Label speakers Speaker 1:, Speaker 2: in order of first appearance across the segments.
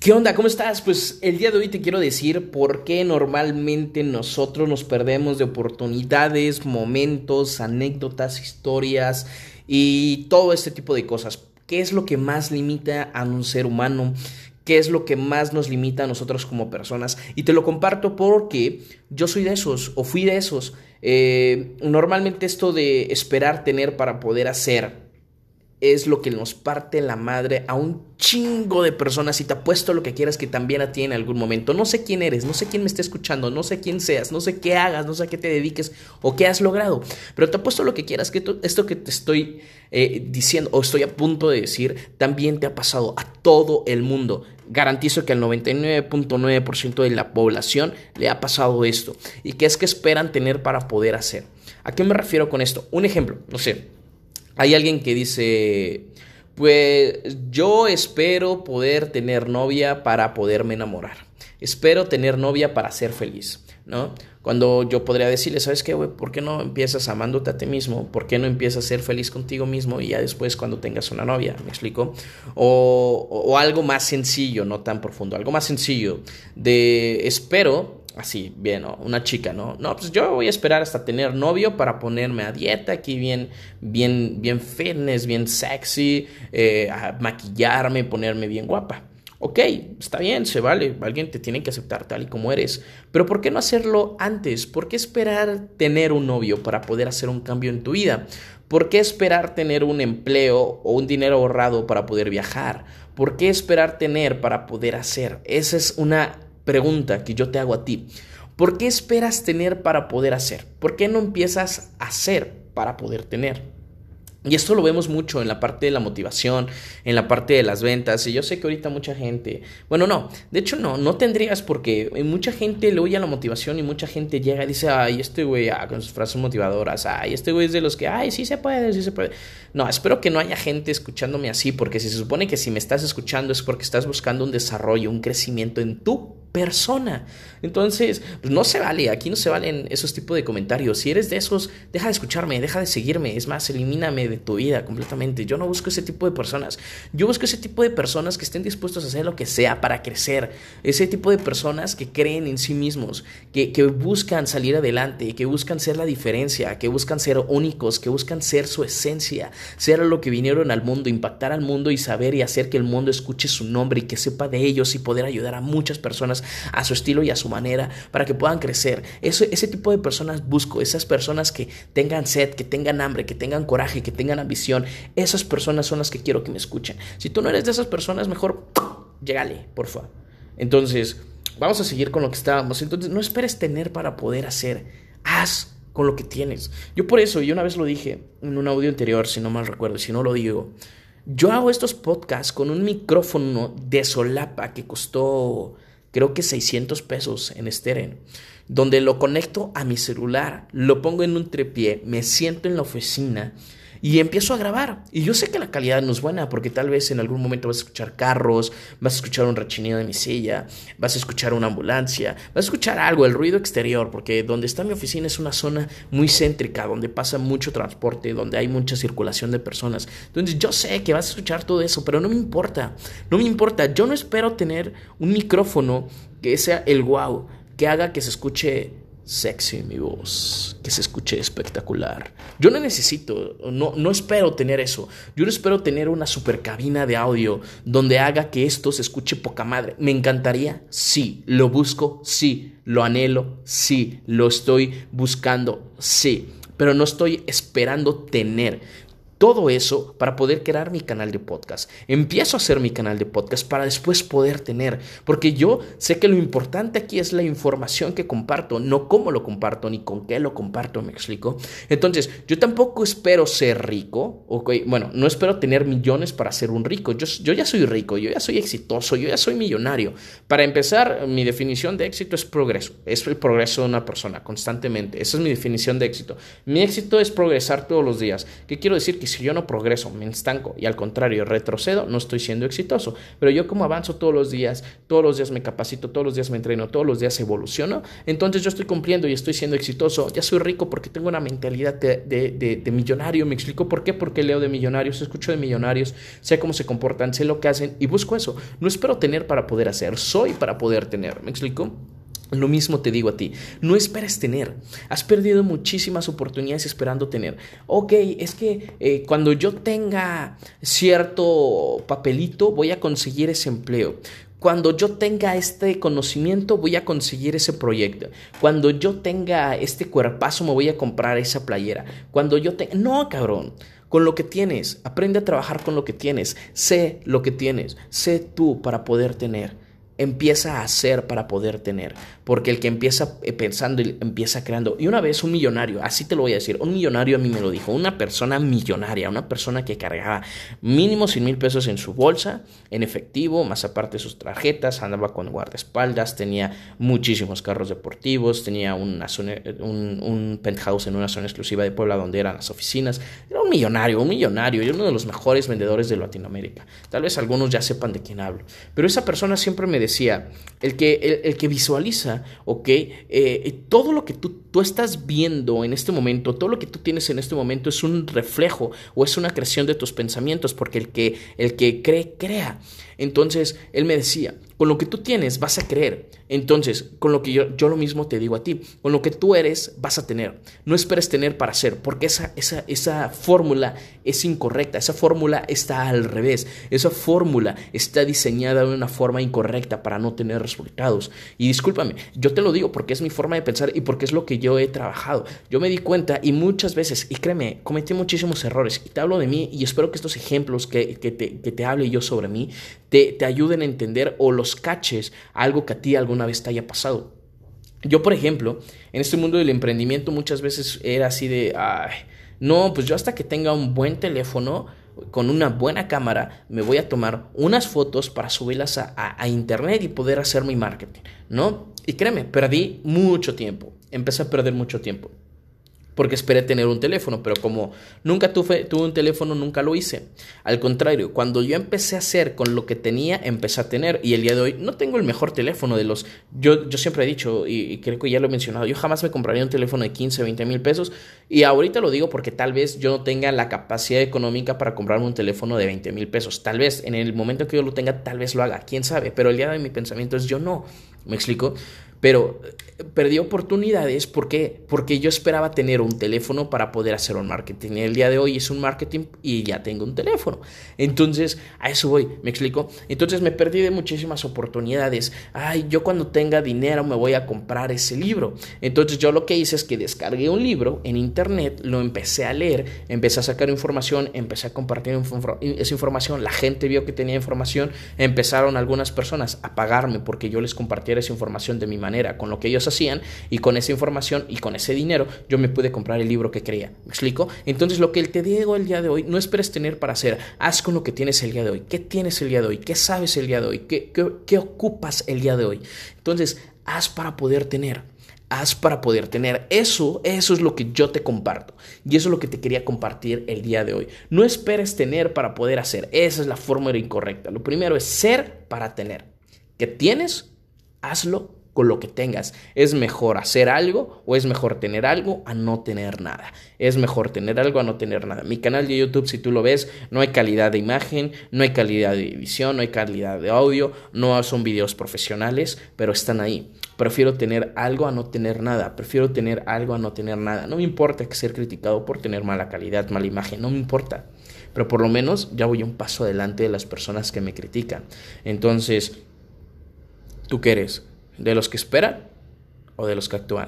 Speaker 1: ¿Qué onda? ¿Cómo estás? Pues el día de hoy te quiero decir por qué normalmente nosotros nos perdemos de oportunidades, momentos, anécdotas, historias y todo este tipo de cosas. ¿Qué es lo que más limita a un ser humano? ¿Qué es lo que más nos limita a nosotros como personas? Y te lo comparto porque yo soy de esos o fui de esos. Normalmente esto de esperar tener para poder hacer es lo que nos parte la madre a un chingo de personas y te apuesto lo que quieras que también a ti en algún momento. No sé quién eres, no sé quién me está escuchando, no sé quién seas, no sé qué hagas, no sé a qué te dediques o qué has logrado, pero te apuesto lo que quieras que esto que te estoy diciendo o estoy a punto de decir también te ha pasado a todo el mundo. Garantizo que al 99.9% de la población le ha pasado esto y que es que esperan tener para poder hacer. ¿A qué me refiero con esto? Un ejemplo, no sé. Hay alguien que dice, pues yo espero poder tener novia para poderme enamorar. Espero tener novia para ser feliz, ¿no? Cuando yo podría decirle, ¿sabes qué, güey? ¿Por qué no empiezas amándote a ti mismo? ¿Por qué no empiezas a ser feliz contigo mismo y ya después cuando tengas una novia? ¿Me explico? O algo más sencillo, no tan profundo, algo más sencillo de espero. Así, bien, ¿no? Una chica, ¿no? No, pues yo voy a esperar hasta tener novio para ponerme a dieta, aquí bien fitness, bien sexy, a maquillarme, ponerme bien guapa. Ok, está bien, se vale, alguien te tiene que aceptar tal y como eres, pero ¿por qué no hacerlo antes? ¿Por qué esperar tener un novio para poder hacer un cambio en tu vida? ¿Por qué esperar tener un empleo o un dinero ahorrado para poder viajar? ¿Por qué esperar tener para poder hacer? Esa es una pregunta que yo te hago a ti. ¿Por qué esperas tener para poder hacer? ¿Por qué no empiezas a hacer para poder tener? Y esto lo vemos mucho en la parte de la motivación, en la parte de las ventas. Y yo sé que ahorita mucha gente, bueno, no, de hecho no tendrías porque mucha gente le oye a la motivación y mucha gente llega y dice, ay, este güey, con sus frases motivadoras, ay, este güey es de los que, ay, sí se puede, sí se puede. No, espero que no haya gente escuchándome así, porque se supone que si me estás escuchando es porque estás buscando un desarrollo, un crecimiento en tu persona. Entonces, pues no se vale, aquí no se valen esos tipos de comentarios. Si eres de esos, deja de escucharme, deja de seguirme, es más, elimíname de tu vida completamente. Yo no busco ese tipo de personas. Yo busco ese tipo de personas que estén dispuestos a hacer lo que sea para crecer. Ese tipo de personas que creen en sí mismos, que buscan salir adelante, que buscan ser la diferencia, que buscan ser únicos, que buscan ser su esencia, ser lo que vinieron al mundo, impactar al mundo y saber y hacer que el mundo escuche su nombre y que sepa de ellos y poder ayudar a muchas personas a su estilo y a su manera para que puedan crecer. Ese tipo de personas busco, esas personas que tengan sed, que tengan hambre, que tengan coraje, que tengan ambición. Esas personas son las que quiero que me escuchen. Si tú no eres de esas personas, mejor llégale, porfa. Entonces, vamos a seguir con lo que estábamos. Entonces, no esperes tener para poder hacer. Haz con lo que tienes. Yo por eso, y una vez lo dije en un audio anterior, si no mal recuerdo, si no lo digo, yo hago estos podcasts con un micrófono de solapa que costó creo que 600 pesos en Steren, donde lo conecto a mi celular, lo pongo en un tripié, me siento en la oficina y empiezo a grabar. Y yo sé que la calidad no es buena porque tal vez en algún momento vas a escuchar carros, vas a escuchar un rechinido de mi silla, vas a escuchar una ambulancia, vas a escuchar algo, el ruido exterior, porque donde está mi oficina es una zona muy céntrica, donde pasa mucho transporte, donde hay mucha circulación de personas. Entonces yo sé que vas a escuchar todo eso, pero no me importa, no me importa. Yo no espero tener un micrófono que sea el wow, que haga que se escuche sexy mi voz, que se escuche espectacular. Yo no necesito, no espero tener eso. Yo no espero tener una super cabina de audio donde haga que esto se escuche poca madre. ¿Me encantaría? Sí. ¿Lo busco? Sí. ¿Lo anhelo? Sí. ¿Lo estoy buscando? Sí. Pero no estoy esperando tener todo eso para poder crear mi canal de podcast. Empiezo a hacer mi canal de podcast para después poder tener, porque yo sé que lo importante aquí es la información que comparto, no cómo lo comparto ni con qué lo comparto, ¿me explico? Entonces, yo tampoco espero ser rico, okay. Bueno, no espero tener millones para ser un rico. Yo ya soy rico, yo ya soy exitoso, yo ya soy millonario. Para empezar, mi definición de éxito es progreso, es el progreso de una persona constantemente. Esa es mi definición de éxito. Mi éxito es progresar todos los días. ¿Qué quiero decir? Que si yo no progreso, me estanco y al contrario retrocedo, no estoy siendo exitoso. Pero yo como avanzo todos los días me capacito, todos los días me entreno, todos los días evoluciono, entonces yo estoy cumpliendo y estoy siendo exitoso. Ya soy rico porque tengo una mentalidad de millonario. ¿Me explico por qué? Porque leo de millonarios, escucho de millonarios, sé cómo se comportan, sé lo que hacen y busco eso. No espero tener para poder hacer, soy para poder tener. ¿Me explico? Lo mismo te digo a ti, no esperes tener, has perdido muchísimas oportunidades esperando tener. Ok, es que cuando yo tenga cierto papelito voy a conseguir ese empleo. Cuando yo tenga este conocimiento voy a conseguir ese proyecto. Cuando yo tenga este cuerpazo me voy a comprar esa playera. Cuando yo tenga... No, cabrón. Con lo que tienes, aprende a trabajar con lo que tienes. Sé lo que tienes, sé tú para poder tener. Empieza a hacer para poder tener, porque el que empieza pensando y empieza creando. Y una vez un millonario, así te lo voy a decir, un millonario a mí me lo dijo, una persona millonaria, una persona que cargaba mínimo 100,000 pesos en su bolsa, en efectivo, más aparte de sus tarjetas, andaba con guardaespaldas, tenía muchísimos carros deportivos, tenía un penthouse en una zona exclusiva de Puebla donde eran las oficinas. Era un millonario y uno de los mejores vendedores de Latinoamérica. Tal vez algunos ya sepan de quién hablo, pero esa persona siempre me decía, el que visualiza, ok, todo lo que tú estás viendo en este momento, todo lo que tú tienes en este momento es un reflejo o es una creación de tus pensamientos, porque el que cree, crea. Entonces, él me decía, con lo que tú tienes vas a creer. Entonces, con lo que yo lo mismo te digo a ti, con lo que tú eres vas a tener. No esperes tener para ser, porque esa fórmula es incorrecta, esa fórmula está al revés, esa fórmula está diseñada de una forma incorrecta para no tener resultados. Y discúlpame, yo te lo digo porque es mi forma de pensar y porque es lo que yo he trabajado. Yo me di cuenta y muchas veces, y créeme, cometí muchísimos errores y te hablo de mí y espero que estos ejemplos que te hable yo sobre mí te ayuden a entender o los caches algo que a ti alguna vez te haya pasado. Yo, por ejemplo, en este mundo del emprendimiento muchas veces era así de, no, pues yo hasta que tenga un buen teléfono con una buena cámara me voy a tomar unas fotos para subirlas a internet y poder hacer mi marketing, ¿no? Y créeme, perdí mucho tiempo, empecé a perder mucho tiempo. Porque esperé tener un teléfono, pero como nunca tuve un teléfono, nunca lo hice. Al contrario, cuando yo empecé a hacer con lo que tenía, empecé a tener. Y el día de hoy no tengo el mejor teléfono de los... Yo siempre he dicho, y creo que ya lo he mencionado, yo jamás me compraría un teléfono de 15, 20 mil pesos. Y ahorita lo digo porque tal vez yo no tenga la capacidad económica para comprarme un teléfono de 20 mil pesos. Tal vez en el momento que yo lo tenga, tal vez lo haga. ¿Quién sabe? Pero el día de hoy mi pensamiento es yo no. ¿Me explico? Pero perdí oportunidades. ¿Por qué? Porque yo esperaba tener un teléfono para poder hacer un marketing. El día de hoy hice un marketing y ya tengo un teléfono. Entonces, a eso voy, ¿me explico? Entonces me perdí de muchísimas oportunidades. Yo cuando tenga dinero me voy a comprar ese libro. Entonces yo lo que hice es que descargué un libro en internet, lo empecé a leer, empecé a sacar información, empecé a compartir esa información. La gente vio que tenía información, empezaron algunas personas a pagarme porque yo les compartiera esa información de mi manera, con lo que ellos hacían, y con esa información y con ese dinero yo me pude comprar el libro que quería. ¿Me explico? Entonces lo que te digo el día de hoy, no esperes tener para hacer, haz con lo que tienes el día de hoy. ¿Qué tienes el día de hoy? ¿Qué sabes el día de hoy? ¿Qué ocupas el día de hoy? Entonces haz para poder tener. Haz para poder tener. Eso es lo que yo te comparto. Y eso es lo que te quería compartir el día de hoy. No esperes tener para poder hacer. Esa es la fórmula incorrecta. Lo primero es ser para tener. ¿Qué tienes? Hazlo con lo que tengas. ¿Es mejor hacer algo o es mejor tener algo a no tener nada? Es mejor tener algo a no tener nada. Mi canal de YouTube, si tú lo ves, no hay calidad de imagen, no hay calidad de edición, no hay calidad de audio, no son videos profesionales, pero están ahí. Prefiero tener algo a no tener nada. Prefiero tener algo a no tener nada. No me importa que ser criticado por tener mala calidad, mala imagen, no me importa. Pero por lo menos ya voy un paso adelante de las personas que me critican. Entonces, ¿tú qué eres? ¿De los que esperan o de los que actúan?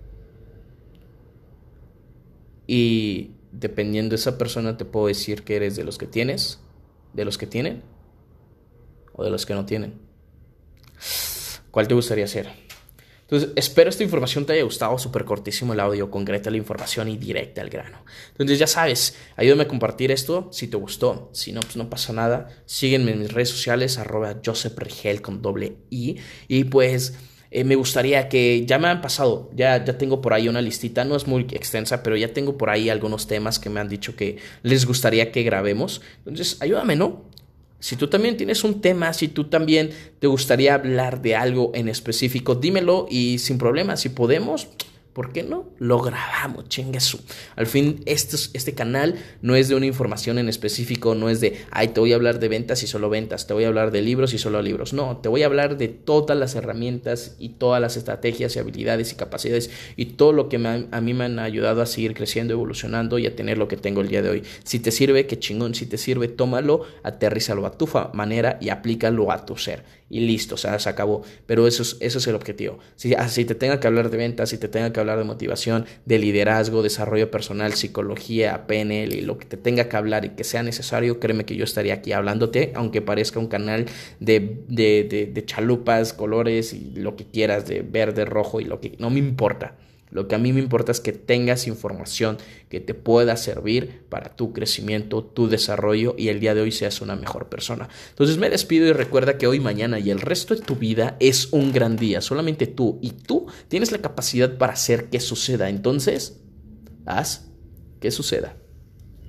Speaker 1: Y dependiendo de esa persona te puedo decir que eres de los que tienes, de los que tienen o de los que no tienen. ¿Cuál te gustaría ser? Entonces, espero esta información te haya gustado. Súper cortísimo el audio, concreta la información y directa al grano. Entonces ya sabes, ayúdame a compartir esto si te gustó. Si no, pues no pasa nada. Sígueme en mis redes sociales, @JosephRigel con doble I. Y pues Me gustaría que, ya me han pasado, ya tengo por ahí una listita, no es muy extensa, pero ya tengo por ahí algunos temas que me han dicho que les gustaría que grabemos. Entonces, ayúdame, ¿no? Si tú también tienes un tema, si tú también te gustaría hablar de algo en específico, dímelo y sin problema, si podemos, ¿por qué no? Lo grabamos, chinguesu. Al fin, este canal no es de una información en específico, no es de, ay, te voy a hablar de ventas y solo ventas, te voy a hablar de libros y solo libros. No, te voy a hablar de todas las herramientas y todas las estrategias y habilidades y capacidades y todo lo que a mí me han ayudado a seguir creciendo, evolucionando y a tener lo que tengo el día de hoy. Si te sirve, qué chingón. Si te sirve, tómalo, aterrízalo a tu manera y aplícalo a tu ser. Y listo, o sea, se acabó. Pero eso es el objetivo. Si te tenga que hablar de ventas, si te tenga que hablar de motivación, de liderazgo, desarrollo personal, psicología, PNL y lo que te tenga que hablar y que sea necesario, créeme que yo estaría aquí hablándote, aunque parezca un canal de chalupas, colores y lo que quieras, de verde, rojo y lo que no me importa. Lo que a mí me importa es que tengas información que te pueda servir para tu crecimiento, tu desarrollo y el día de hoy seas una mejor persona. Entonces me despido y recuerda que hoy, mañana y el resto de tu vida es un gran día. Solamente tú tienes la capacidad para hacer que suceda. Entonces, haz que suceda.